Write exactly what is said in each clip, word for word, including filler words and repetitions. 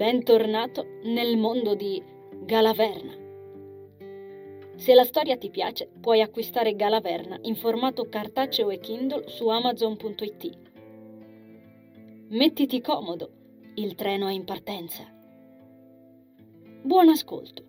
Bentornato nel mondo di Galaverna. Se la storia ti piace, puoi acquistare Galaverna in formato cartaceo e Kindle su amazon punto it. Mettiti comodo, il treno è in partenza. Buon ascolto.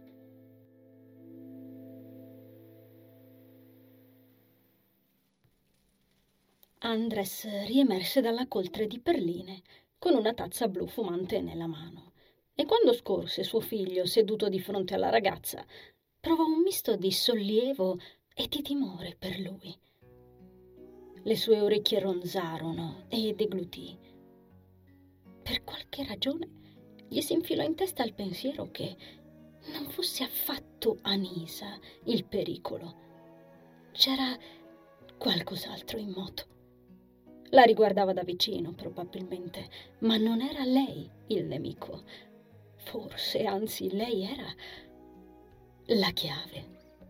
Andres riemerse dalla coltre di perline con una tazza blu fumante nella mano e quando scorse suo figlio seduto di fronte alla ragazza provò un misto di sollievo e di timore per lui. Le sue orecchie ronzarono e deglutì. Per qualche ragione gli si infilò in testa il pensiero che non fosse affatto Anisa il pericolo. C'era qualcos'altro in moto. La riguardava da vicino, probabilmente, ma non era lei il nemico. Forse, anzi, lei era la chiave.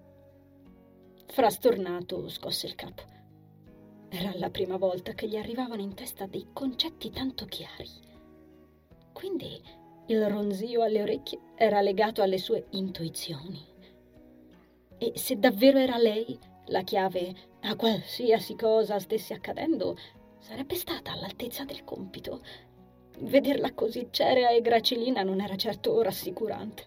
Frastornato, scosse il capo. Era la prima volta che gli arrivavano in testa dei concetti tanto chiari. Quindi il ronzio alle orecchie era legato alle sue intuizioni. E se davvero era lei la chiave a qualsiasi cosa stesse accadendo, sarebbe stata all'altezza del compito. Vederla così cerea e gracilina non era certo rassicurante.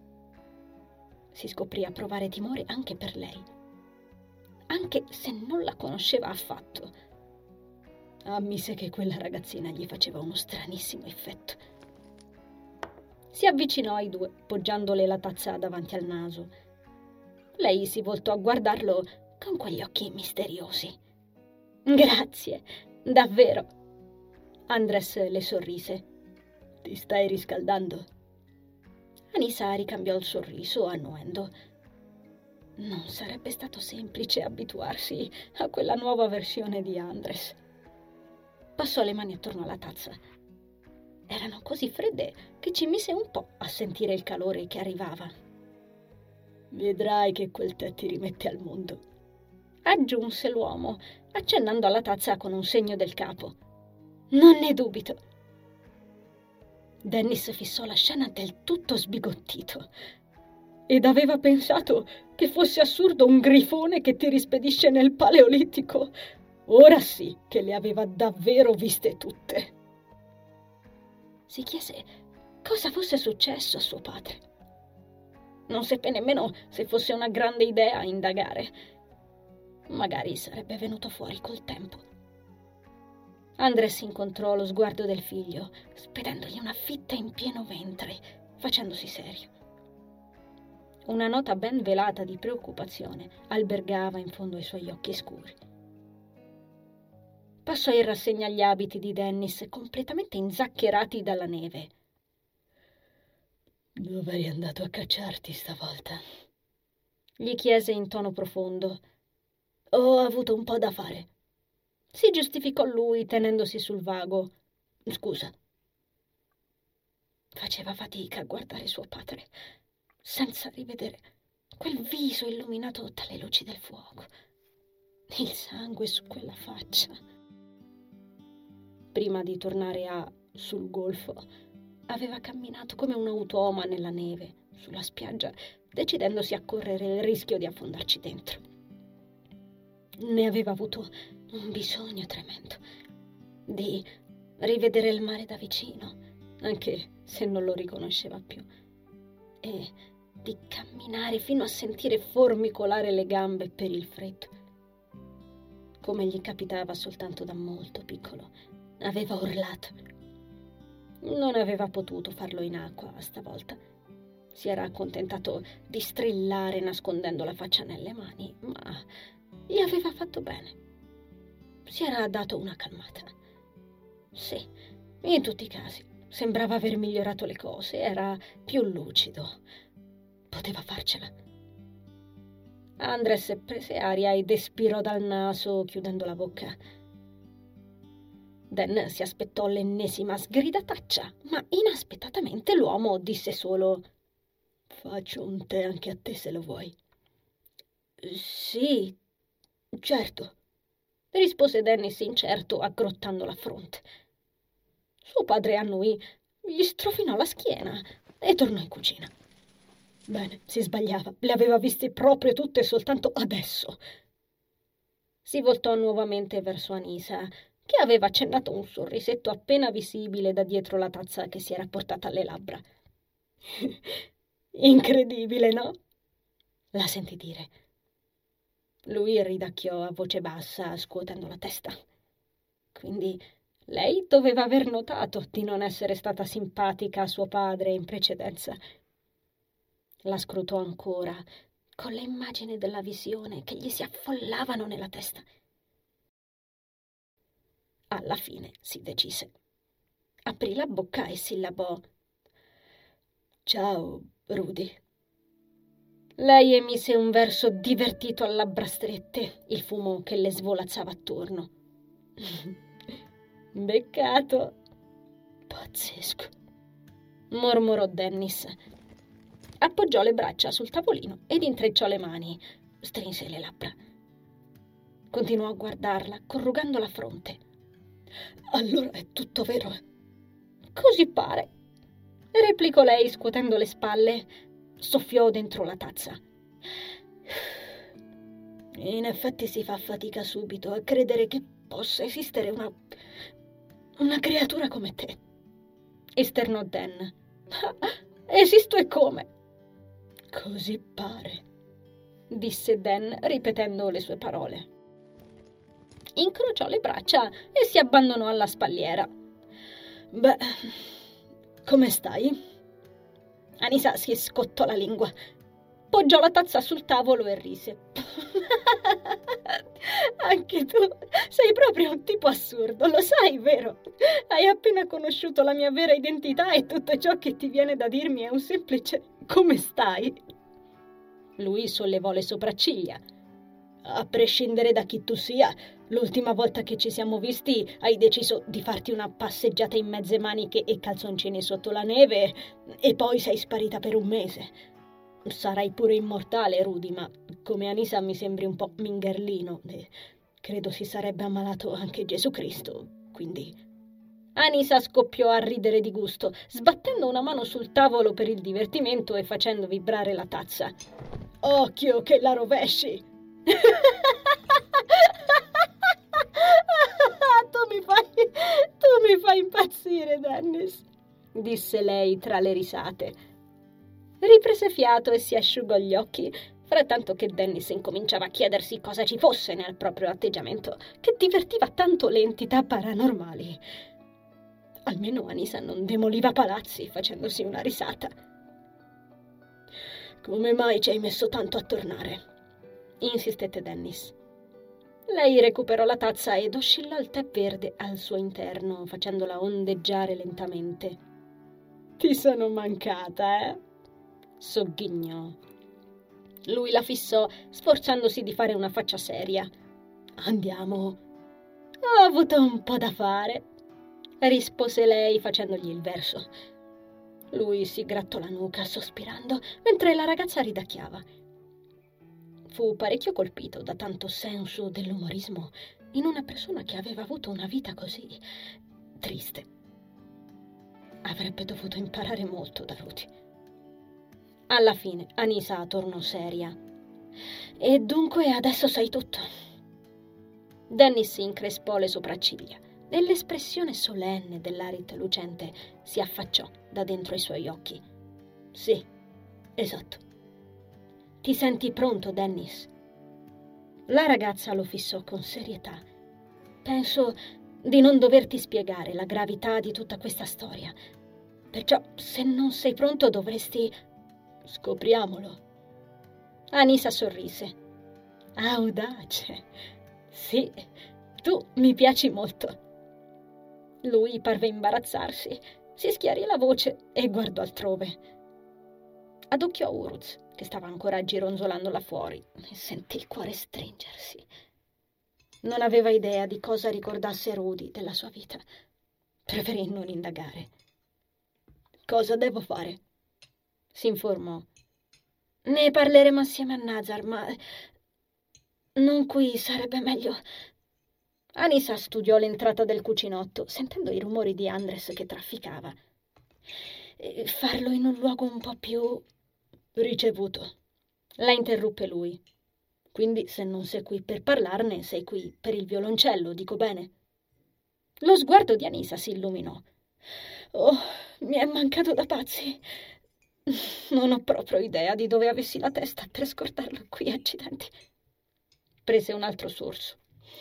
Si scoprì a provare timore anche per lei, anche se non la conosceva affatto. Ammise che quella ragazzina gli faceva uno stranissimo effetto. Si avvicinò ai due, poggiandole la tazza davanti al naso. Lei si voltò a guardarlo con quegli occhi misteriosi. Grazie, davvero. Andres le sorrise. Ti stai riscaldando? Anisa ricambiò il sorriso annuendo. Non sarebbe stato semplice abituarsi a quella nuova versione di Andres. Passò le mani attorno alla tazza. Erano così fredde che ci mise un po' a sentire il calore che arrivava. Vedrai che quel tè ti rimette al mondo, aggiunse l'uomo, accennando alla tazza con un segno del capo. Non ne dubito. Dennis fissò la scena del tutto sbigottito. Ed aveva pensato che fosse assurdo un grifone che ti rispedisce nel Paleolitico. Ora sì che le aveva davvero viste tutte. Si chiese cosa fosse successo a suo padre. Non seppe nemmeno se fosse una grande idea indagare. Magari sarebbe venuto fuori col tempo. Andres incontrò lo sguardo del figlio, spedendogli una fitta in pieno ventre, facendosi serio. Una nota ben velata di preoccupazione albergava in fondo ai suoi occhi scuri. Passò in rassegna gli abiti di Dennis, completamente inzaccherati dalla neve. «Dove eri andato a cacciarti stavolta?» gli chiese in tono profondo. «Ho avuto un po' da fare», si giustificò lui tenendosi sul vago. «Scusa». Faceva fatica a guardare suo padre, senza rivedere quel viso illuminato dalle luci del fuoco, il sangue su quella faccia. Prima di tornare a sul golfo, aveva camminato come un automa nella neve, sulla spiaggia, decidendosi a correre il rischio di affondarci dentro. Ne aveva avuto un bisogno tremendo di rivedere il mare da vicino, anche se non lo riconosceva più, e di camminare fino a sentire formicolare le gambe per il freddo. Come gli capitava soltanto da molto piccolo, aveva urlato. Non aveva potuto farlo in acqua stavolta. Si era accontentato di strillare nascondendo la faccia nelle mani, ma gli aveva fatto bene. Si era dato una calmata. Sì, in tutti i casi, sembrava aver migliorato le cose, era più lucido. Poteva farcela. Andres prese aria ed espirò dal naso, chiudendo la bocca. Dan si aspettò l'ennesima sgridataccia, ma inaspettatamente l'uomo disse solo: «Faccio un tè anche a te se lo vuoi». «Sì, certo», rispose Dennis incerto, aggrottando la fronte. Suo padre annuì, gli strofinò la schiena e tornò in cucina. Bene, si sbagliava, le aveva viste proprio tutte soltanto adesso. Si voltò nuovamente verso Anisa, che aveva accennato un sorrisetto appena visibile da dietro la tazza che si era portata alle labbra. Incredibile, no? La sentì dire. Lui ridacchiò a voce bassa, scuotendo la testa. Quindi lei doveva aver notato di non essere stata simpatica a suo padre in precedenza. La scrutò ancora, con le immagini della visione che gli si affollavano nella testa. Alla fine si decise. Aprì la bocca e sillabò: «Ciao, Rudy». Lei emise un verso divertito a labbra strette, il fumo che le svolazzava attorno. «Beccato!» «Pazzesco!» mormorò Dennis. Appoggiò le braccia sul tavolino ed intrecciò le mani, strinse le labbra. Continuò a guardarla, corrugando la fronte. «Allora è tutto vero?» «Così pare», replicò lei scuotendo le spalle. Soffiò dentro la tazza. «In effetti si fa fatica subito a credere che possa esistere una... una creatura come te», esternò Dan. «Esisto e come?» «Così pare», disse Dan ripetendo le sue parole. Incrociò le braccia e si abbandonò alla spalliera. «Beh, come stai?» Anisa si scottò la lingua, poggiò la tazza sul tavolo e rise. «Anche tu sei proprio un tipo assurdo, lo sai, vero? Hai appena conosciuto la mia vera identità e tutto ciò che ti viene da dirmi è un semplice «come stai?» Lui sollevò le sopracciglia. «A prescindere da chi tu sia, l'ultima volta che ci siamo visti hai deciso di farti una passeggiata in mezze maniche e calzoncini sotto la neve e poi sei sparita per un mese. Sarai pure immortale, Rudy, ma come Anisa mi sembri un po' mingerlino e credo si sarebbe ammalato anche Gesù Cristo, quindi...» Anisa scoppiò a ridere di gusto, sbattendo una mano sul tavolo per il divertimento e facendo vibrare la tazza. «Occhio che la rovesci!» tu mi fai tu mi fai impazzire, Dennis, disse lei tra le risate. Riprese fiato e si asciugò gli occhi, frattanto che Dennis incominciava a chiedersi cosa ci fosse nel proprio atteggiamento che divertiva tanto le entità paranormali. Almeno Anisa non demoliva palazzi facendosi una risata. «Come mai ci hai messo tanto a tornare?» insistette Dennis. Lei recuperò la tazza ed oscillò il tè verde al suo interno, facendola ondeggiare lentamente. «Ti sono mancata, eh?» sogghignò. Lui la fissò, sforzandosi di fare una faccia seria. «Andiamo?» «Ho avuto un po' da fare», rispose lei facendogli il verso. Lui si grattò la nuca, sospirando, mentre la ragazza ridacchiava. Fu parecchio colpito da tanto senso dell'umorismo in una persona che aveva avuto una vita così triste. Avrebbe dovuto imparare molto da Rudy. Alla fine Anisa tornò seria. «E dunque adesso sai tutto?» Dennis increspò le sopracciglia e l'espressione solenne dell'Arit lucente si affacciò da dentro i suoi occhi. «Sì, esatto. Ti senti pronto, Dennis?» La ragazza lo fissò con serietà. «Penso di non doverti spiegare la gravità di tutta questa storia. Perciò, se non sei pronto, dovresti...» «Scopriamolo». Anisa sorrise. «Audace. Sì, tu mi piaci molto». Lui parve imbarazzarsi, si schiarì la voce e guardò altrove. Adocchiò Uruz, che stava ancora gironzolando là fuori, e sentì il cuore stringersi. Non aveva idea di cosa ricordasse Rudy della sua vita. Preferì non indagare. «Cosa devo fare?» si informò. «Ne parleremo assieme a Nazar, ma non qui, sarebbe meglio...» Anisa studiò l'entrata del cucinotto, sentendo i rumori di Andres che trafficava. E farlo in un luogo un po' più ricevuto. La interruppe lui. Quindi se non sei qui per parlarne, sei qui per il violoncello, dico bene? Lo sguardo di Anisa si illuminò. Oh, mi è mancato da pazzi. Non ho proprio idea di dove avessi la testa per scordarlo qui, accidenti. Prese un altro sorso.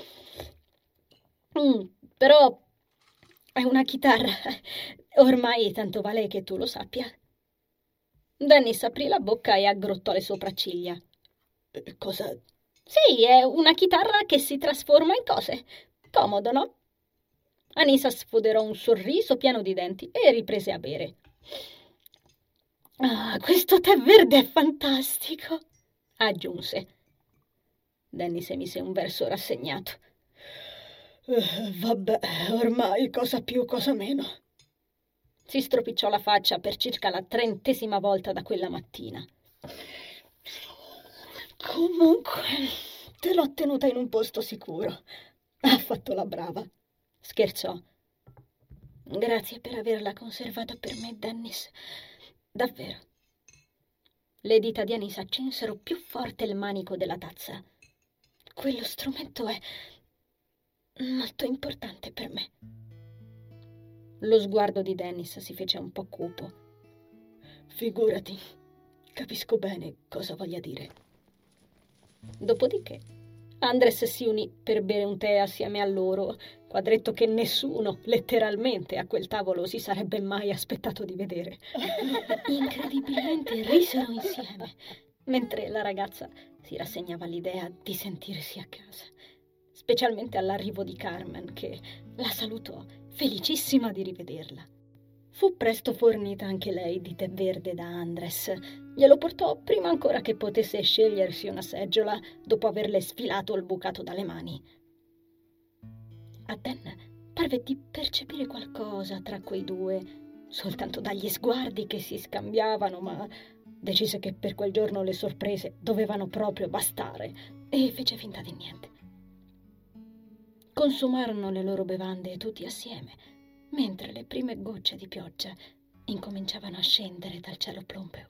Mm, però è una chitarra. Ormai tanto vale che tu lo sappia. Dennis aprì la bocca e aggrottò le sopracciglia. Cosa? Sì, è una chitarra che si trasforma in cose. Comodo, no? Anisa sfoderò un sorriso pieno di denti e riprese a bere. Ah, questo tè verde è fantastico, aggiunse. Dennis emise un verso rassegnato. Uh, vabbè, ormai cosa più, cosa meno. Si stropicciò la faccia per circa la trentesima volta da quella mattina. Comunque, te l'ho tenuta in un posto sicuro. Ha fatto la brava. Scherzò. Grazie per averla conservata per me, Dennis. Davvero. Le dita di Anisa accensero più forte il manico della tazza. Quello strumento è molto importante per me. Lo sguardo di Dennis si fece un po' cupo. Figurati, capisco bene cosa voglia dire. Dopodiché Andres si unì per bere un tè assieme a loro, quadretto che nessuno, letteralmente, a quel tavolo si sarebbe mai aspettato di vedere. Incredibilmente risero insieme, mentre la ragazza si rassegnava all'idea di sentirsi a casa, specialmente all'arrivo di Carmen, che la salutò, felicissima di rivederla. Fu presto fornita anche lei di tè verde da Andres. Glielo portò prima ancora che potesse scegliersi una seggiola, dopo averle sfilato il bucato dalle mani. A Dan parve di percepire qualcosa tra quei due, soltanto dagli sguardi che si scambiavano, ma decise che per quel giorno le sorprese dovevano proprio bastare e fece finta di niente. Consumarono le loro bevande tutti assieme, mentre le prime gocce di pioggia incominciavano a scendere dal cielo plumbeo.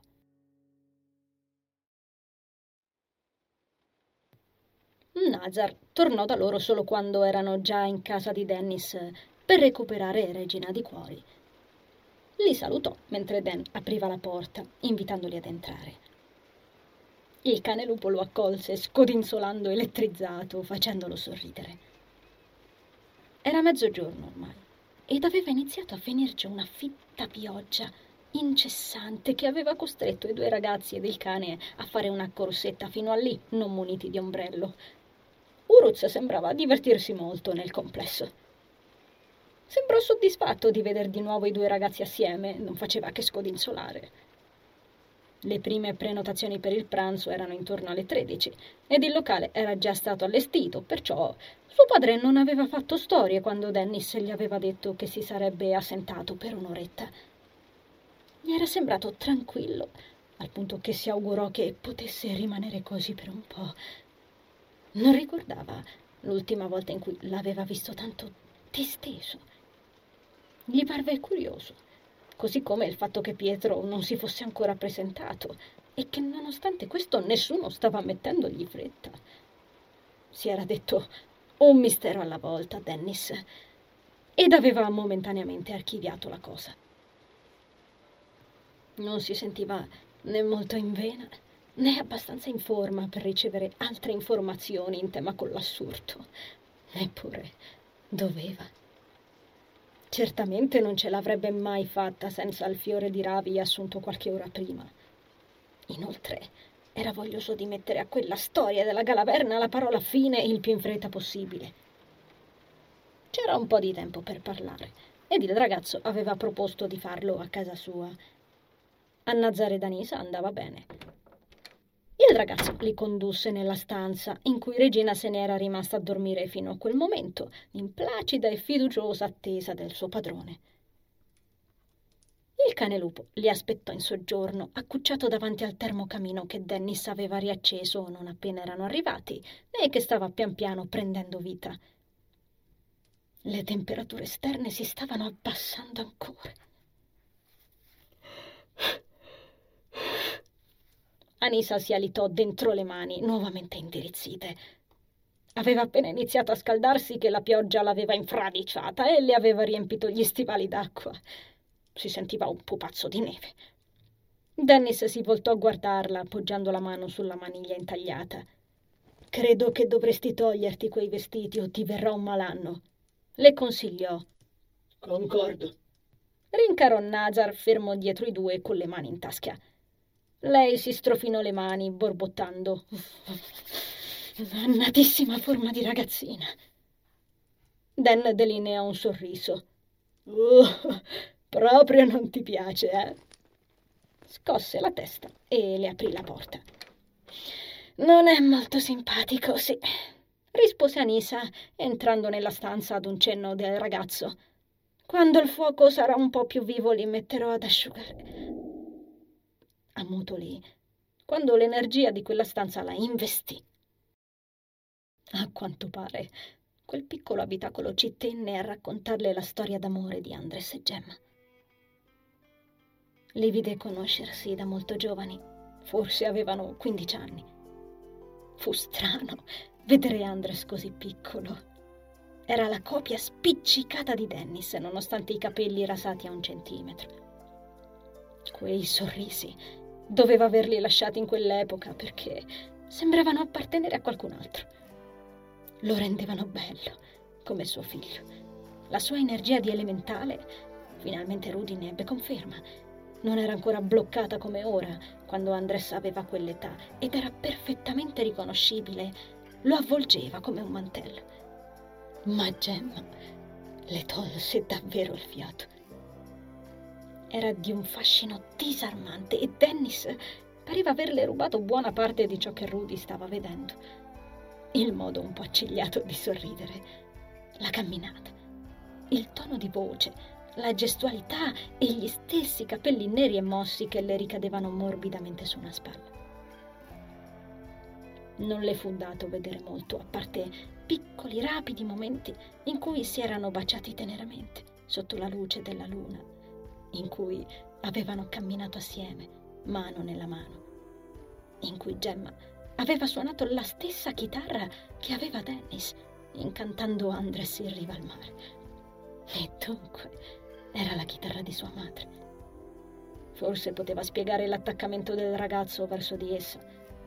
Nazar tornò da loro solo quando erano già in casa di Dennis per recuperare Regina di Cuori. Li salutò mentre Dan apriva la porta, invitandoli ad entrare. Il cane lupo lo accolse, scodinzolando elettrizzato, facendolo sorridere. Era mezzogiorno ormai ed aveva iniziato a venirci una fitta pioggia incessante che aveva costretto i due ragazzi ed il cane a fare una corsetta fino a lì, non muniti di ombrello. Uruz sembrava divertirsi molto nel complesso. Sembrò soddisfatto di veder di nuovo i due ragazzi assieme, non faceva che scodinzolare. Le prime prenotazioni per il pranzo erano intorno alle tredici ed il locale era già stato allestito, perciò suo padre non aveva fatto storie quando Dennis gli aveva detto che si sarebbe assentato per un'oretta. Gli era sembrato tranquillo, al punto che si augurò che potesse rimanere così per un po'. Non ricordava l'ultima volta in cui l'aveva visto tanto disteso. Gli parve curioso, così come il fatto che Pietro non si fosse ancora presentato e che nonostante questo nessuno stava mettendogli fretta. Si era detto un mistero alla volta, Dennis, ed aveva momentaneamente archiviato la cosa. Non si sentiva né molto in vena né abbastanza in forma per ricevere altre informazioni in tema con l'assurdo. Neppure doveva. Certamente non ce l'avrebbe mai fatta senza il fiore di Ravi assunto qualche ora prima. Inoltre era voglioso di mettere a quella storia della Galaverna la parola fine il più in fretta possibile. C'era un po' di tempo per parlare ed il ragazzo aveva proposto di farlo a casa sua. A Nazar ed Anisa andava bene. Il ragazzo li condusse nella stanza in cui Regina se ne era rimasta a dormire fino a quel momento, in placida e fiduciosa attesa del suo padrone. Il cane lupo li aspettò in soggiorno, accucciato davanti al termocamino che Dennis aveva riacceso non appena erano arrivati e che stava pian piano prendendo vita. Le temperature esterne si stavano abbassando ancora. Anisa si alitò dentro le mani, nuovamente indirizzite. Aveva appena iniziato a scaldarsi che la pioggia l'aveva infradiciata e le aveva riempito gli stivali d'acqua. Si sentiva un pupazzo di neve. Dennis si voltò a guardarla, appoggiando la mano sulla maniglia intagliata. «Credo che dovresti toglierti quei vestiti o ti verrà un malanno», le consigliò. «Concordo», rincarò Nazar, fermo dietro i due con le mani in tasca. Lei si strofinò le mani, borbottando. «Dannatissima forma di ragazzina». Dan delineò un sorriso. «Oh, proprio non ti piace, eh?» Scosse la testa e le aprì la porta. «Non è molto simpatico, sì», rispose Anisa, entrando nella stanza ad un cenno del ragazzo. «Quando il fuoco sarà un po' più vivo li metterò ad asciugare». Ammutolì quando l'energia di quella stanza la investì. A quanto pare, quel piccolo abitacolo ci tenne a raccontarle la storia d'amore di Andres e Gemma. Li vide conoscersi da molto giovani, forse avevano quindici anni. Fu strano vedere Andres così piccolo. Era la copia spiccicata di Dennis, nonostante i capelli rasati a un centimetro. Quei sorrisi doveva averli lasciati in quell'epoca perché sembravano appartenere a qualcun altro. Lo rendevano bello, come suo figlio. La sua energia di elementale, finalmente Rudy ne ebbe conferma, non era ancora bloccata come ora, quando Andres aveva quell'età, ed era perfettamente riconoscibile. Lo avvolgeva come un mantello. Ma Gemma le tolse davvero il fiato. Era di un fascino disarmante e Dennis pareva averle rubato buona parte di ciò che Rudy stava vedendo. Il modo un po' accigliato di sorridere, la camminata, il tono di voce, la gestualità e gli stessi capelli neri e mossi che le ricadevano morbidamente su una spalla. Non le fu dato vedere molto, a parte piccoli rapidi momenti in cui si erano baciati teneramente sotto la luce della luna, in cui avevano camminato assieme, mano nella mano, in cui Gemma aveva suonato la stessa chitarra che aveva Dennis, incantando Andres in riva al mare. E dunque era la chitarra di sua madre. Forse poteva spiegare l'attaccamento del ragazzo verso di essa.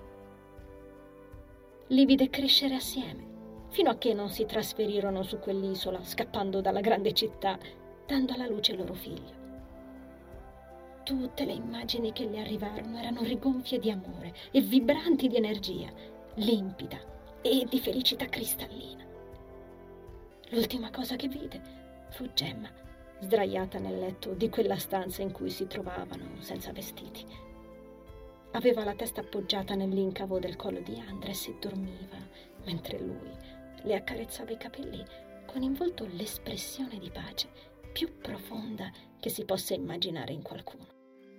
Li vide crescere assieme, fino a che non si trasferirono su quell'isola, scappando dalla grande città, dando alla luce il loro figlio. Tutte le immagini che le arrivarono erano rigonfie di amore e vibranti di energia, limpida e di felicità cristallina. L'ultima cosa che vide fu Gemma, sdraiata nel letto di quella stanza in cui si trovavano, senza vestiti. Aveva la testa appoggiata nell'incavo del collo di Andres e dormiva, mentre lui le accarezzava i capelli con in volto l'espressione di pace più profonda che si possa immaginare in qualcuno.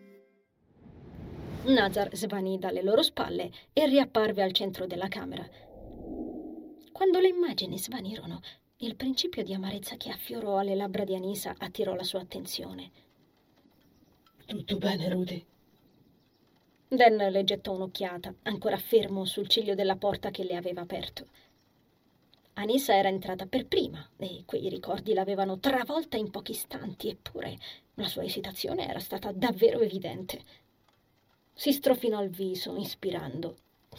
Nazar svanì dalle loro spalle e riapparve al centro della camera. Quando le immagini svanirono, il principio di amarezza che affiorò alle labbra di Anisa attirò la sua attenzione. «Tutto bene, Rudy?» Dan le gettò un'occhiata, ancora fermo sul ciglio della porta che le aveva aperto. Anisa era entrata per prima e quei ricordi l'avevano travolta in pochi istanti, eppure la sua esitazione era stata davvero evidente. Si strofinò il viso, inspirando.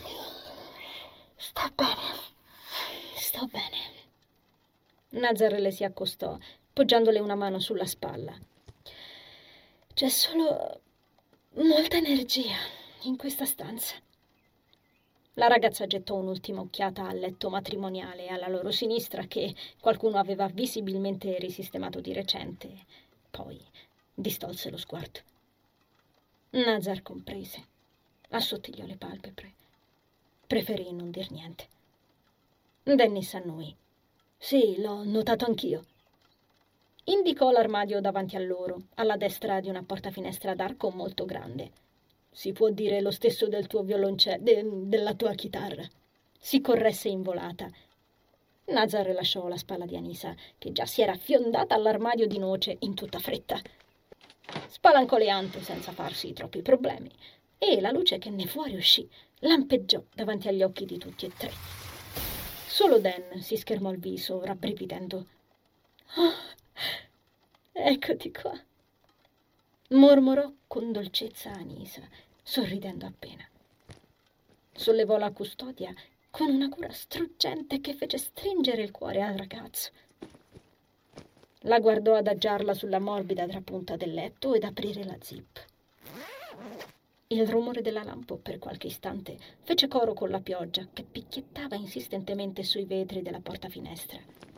«Sto bene, sto bene». Nazar le si accostò, poggiandole una mano sulla spalla. «C'è solo molta energia in questa stanza». La ragazza gettò un'ultima occhiata al letto matrimoniale alla loro sinistra che qualcuno aveva visibilmente risistemato di recente, poi distolse lo sguardo. Nazar comprese, assottigliò le palpebre, preferì non dir niente. Dennis annui. «Sì, l'ho notato anch'io». Indicò l'armadio davanti a loro, alla destra di una porta-finestra d'arco molto grande. «Si può dire lo stesso del tuo violoncello, de- della tua chitarra». Si corresse in volata. Nazar lasciò la spalla di Anisa, che già si era fiondata all'armadio di noce in tutta fretta. Spalancò le ante senza farsi troppi problemi e la luce che ne fuoriuscì lampeggiò davanti agli occhi di tutti e tre. Solo Dan si schermò il viso, rabbrividendo. «Oh, eccoti qua», mormorò con dolcezza Anisa, sorridendo appena. Sollevò la custodia con una cura struggente che fece stringere il cuore al ragazzo. La guardò adagiarla sulla morbida trapunta del letto ed aprire la zip. Il rumore della lampo per qualche istante fece coro con la pioggia che picchiettava insistentemente sui vetri della porta-finestra.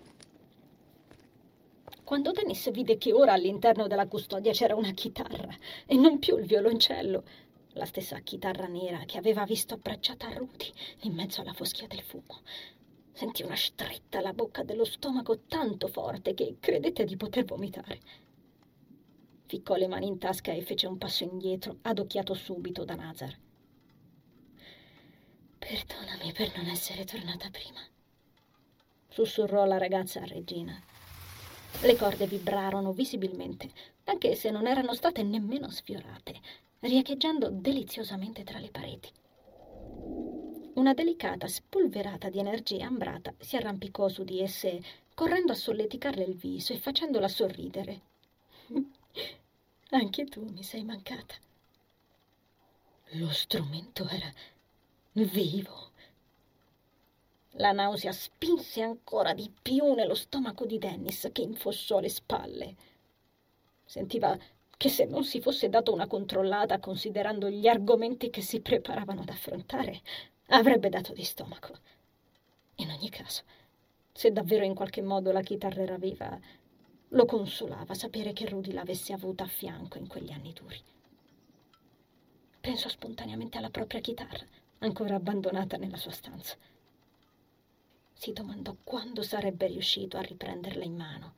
Quando Dennis vide che ora all'interno della custodia c'era una chitarra e non più il violoncello, la stessa chitarra nera che aveva visto abbracciata a Rudy in mezzo alla foschia del fumo, sentì una stretta alla bocca dello stomaco tanto forte che credette di poter vomitare. Ficcò le mani in tasca e fece un passo indietro, adocchiato subito da Nazar. «Perdonami per non essere tornata prima», sussurrò la ragazza a Regina. Le corde vibrarono visibilmente, anche se non erano state nemmeno sfiorate, riecheggiando deliziosamente tra le pareti. Una delicata spolverata di energia ambrata si arrampicò su di esse, correndo a solleticarle il viso e facendola sorridere. «Anche tu mi sei mancata». Lo strumento era vivo. La nausea spinse ancora di più nello stomaco di Dennis, che infossò le spalle. Sentiva che se non si fosse dato una controllata considerando gli argomenti che si preparavano ad affrontare, avrebbe dato di stomaco. In ogni caso, se davvero in qualche modo la chitarra era viva, lo consolava sapere che Rudy l'avesse avuta a fianco in quegli anni duri. Pensò spontaneamente alla propria chitarra, ancora abbandonata nella sua stanza. Si domandò quando sarebbe riuscito a riprenderla in mano.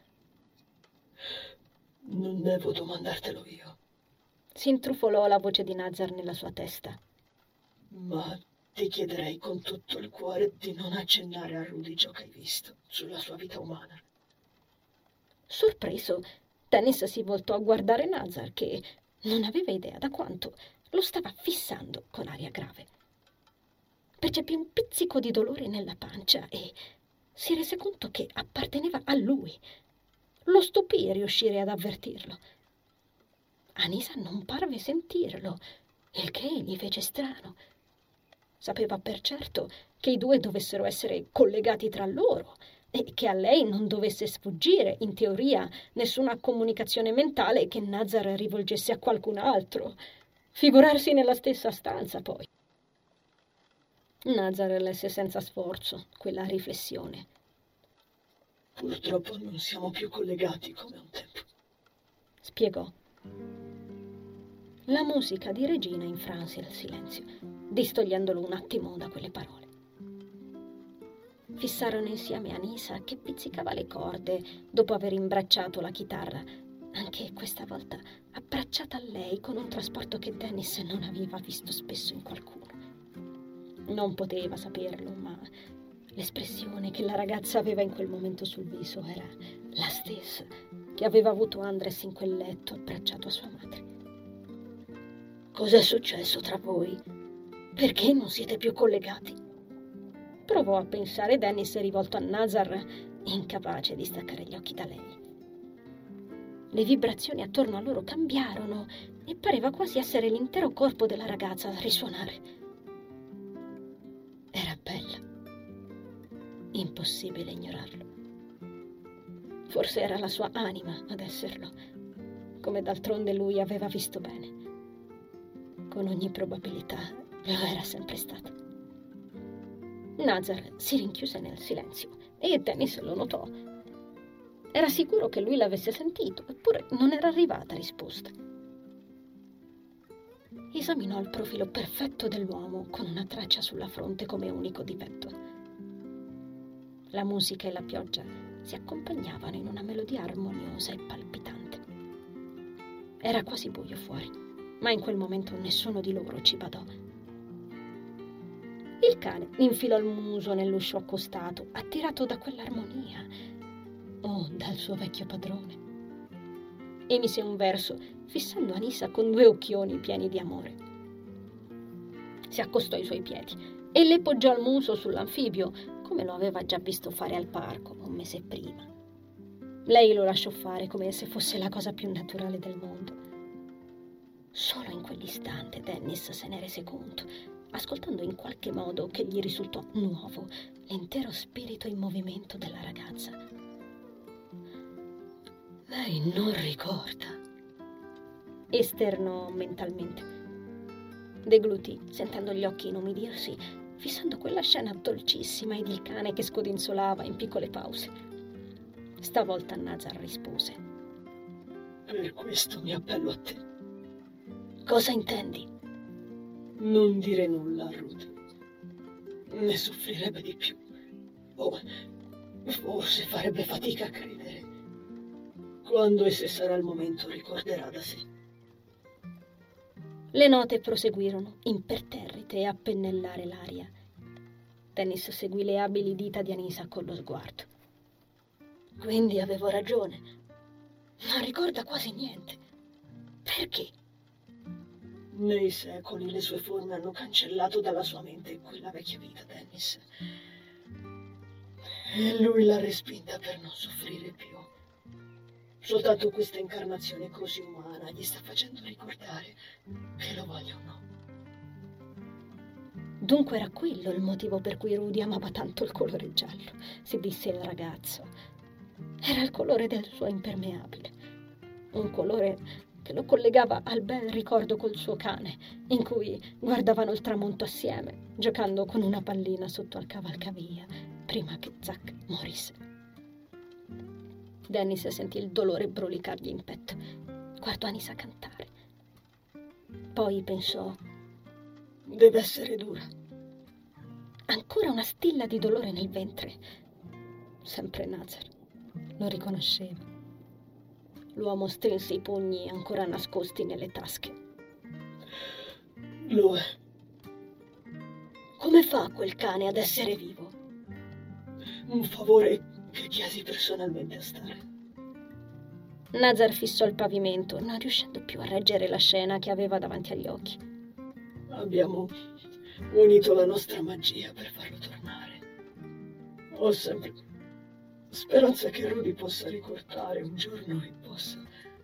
«Non devo domandartelo io», si intrufolò la voce di Nazar nella sua testa. «Ma ti chiederei con tutto il cuore di non accennare a Rudy ciò che hai visto sulla sua vita umana». Sorpreso, Dennis si voltò a guardare Nazar, che non aveva idea da quanto lo stava fissando con aria grave. Percepì un pizzico di dolore nella pancia e si rese conto che apparteneva a lui. Lo stupì riuscire ad avvertirlo. Anisa non parve sentirlo, il che gli fece strano. Sapeva per certo che i due dovessero essere collegati tra loro e che a lei non dovesse sfuggire, in teoria, nessuna comunicazione mentale che Nazar rivolgesse a qualcun altro. Figurarsi nella stessa stanza, poi. Nazar lesse senza sforzo quella riflessione. «Purtroppo non siamo più collegati come un tempo», spiegò. La musica di Regina infranse il silenzio, distogliendolo un attimo da quelle parole. Fissarono insieme Anisa, che pizzicava le corde dopo aver imbracciato la chitarra, anche questa volta abbracciata a lei con un trasporto che Dennis non aveva visto spesso in qualcuno. Non poteva saperlo, ma l'espressione che la ragazza aveva in quel momento sul viso era la stessa che aveva avuto Andres in quel letto abbracciato a sua madre. «Cos'è successo tra voi? Perché non siete più collegati?» Provò a pensare Dennis, rivolto a Nazar, incapace di staccare gli occhi da lei. Le vibrazioni attorno a loro cambiarono e pareva quasi essere l'intero corpo della ragazza a risuonare. Era bella. Impossibile ignorarlo. Forse era la sua anima ad esserlo, come d'altronde lui aveva visto bene. Con ogni probabilità lo era sempre stato. Nazar si rinchiuse nel silenzio e Dennis lo notò. Era sicuro che lui l'avesse sentito, eppure non era arrivata risposta. Esaminò il profilo perfetto dell'uomo con una traccia sulla fronte come unico difetto. La musica e la pioggia si accompagnavano in una melodia armoniosa e palpitante. Era quasi buio fuori, ma in quel momento nessuno di loro ci badò. Il cane infilò il muso nell'uscio accostato, attirato da quell'armonia, o dal suo vecchio padrone. emise un verso, fissando Anissa con due occhioni pieni di amore. Si accostò ai suoi piedi e le poggiò il muso sull'anfibio, come lo aveva già visto fare al parco un mese prima. Lei lo lasciò fare come se fosse la cosa più naturale del mondo. Solo in quell'istante Dennis se ne rese conto, ascoltando in qualche modo che gli risultò nuovo l'intero spirito in movimento della ragazza. Lei non ricorda, esternò mentalmente. Deglutì, sentendo gli occhi inumidirsi, fissando quella scena dolcissima ed il cane che scodinzolava in piccole pause. Stavolta Nazar rispose: per questo mi appello a te. Cosa intendi? Non dire nulla a Ruth. Ne soffrirebbe di più. O forse farebbe fatica a credere. Quando e se sarà il momento ricorderà da sé. Le note proseguirono, imperterrite, a pennellare l'aria. Dennis seguì le abili dita di Anissa con lo sguardo. Quindi avevo ragione. Non ricorda quasi niente. Perché? Nei secoli le sue forme hanno cancellato dalla sua mente quella vecchia vita, Dennis. E lui l'ha respinta per non soffrire più. Soltanto questa incarnazione così umana gli sta facendo ricordare che lo voglio o no. Dunque era quello il motivo per cui Rudy amava tanto il colore giallo, si disse il ragazzo. Era il colore del suo impermeabile, un colore che lo collegava al bel ricordo col suo cane, in cui guardavano il tramonto assieme, giocando con una pallina sotto al cavalcavia, prima che Zack morisse. Dennis sentì il dolore brulicargli in petto. Guardò Anissa cantare. Poi pensò: deve essere dura. Ancora una stilla di dolore nel ventre. Sempre Nazar. Lo riconosceva. L'uomo strinse i pugni ancora nascosti nelle tasche. Lo è. Come fa quel cane ad essere vivo? Un favore che chiesi personalmente a stare. Nazar fissò il pavimento, non riuscendo più a reggere la scena che aveva davanti agli occhi. Abbiamo unito la nostra magia per farlo tornare. Ho sempre speranza che Rudy possa ricordare un giorno e possa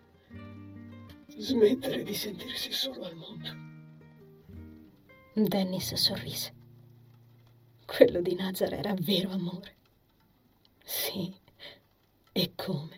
smettere di sentirsi solo al mondo. Dennis sorrise. Quello di Nazar era vero amore. Sì, e come?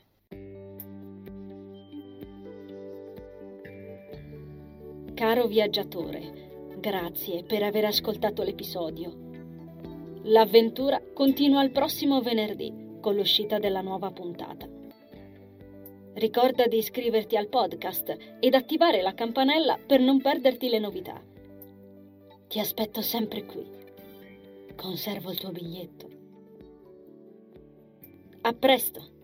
Caro viaggiatore, grazie per aver ascoltato l'episodio. L'avventura continua il prossimo venerdì con l'uscita della nuova puntata. Ricorda di iscriverti al podcast ed attivare la campanella per non perderti le novità. Ti aspetto sempre qui. Conservo il tuo biglietto. A presto!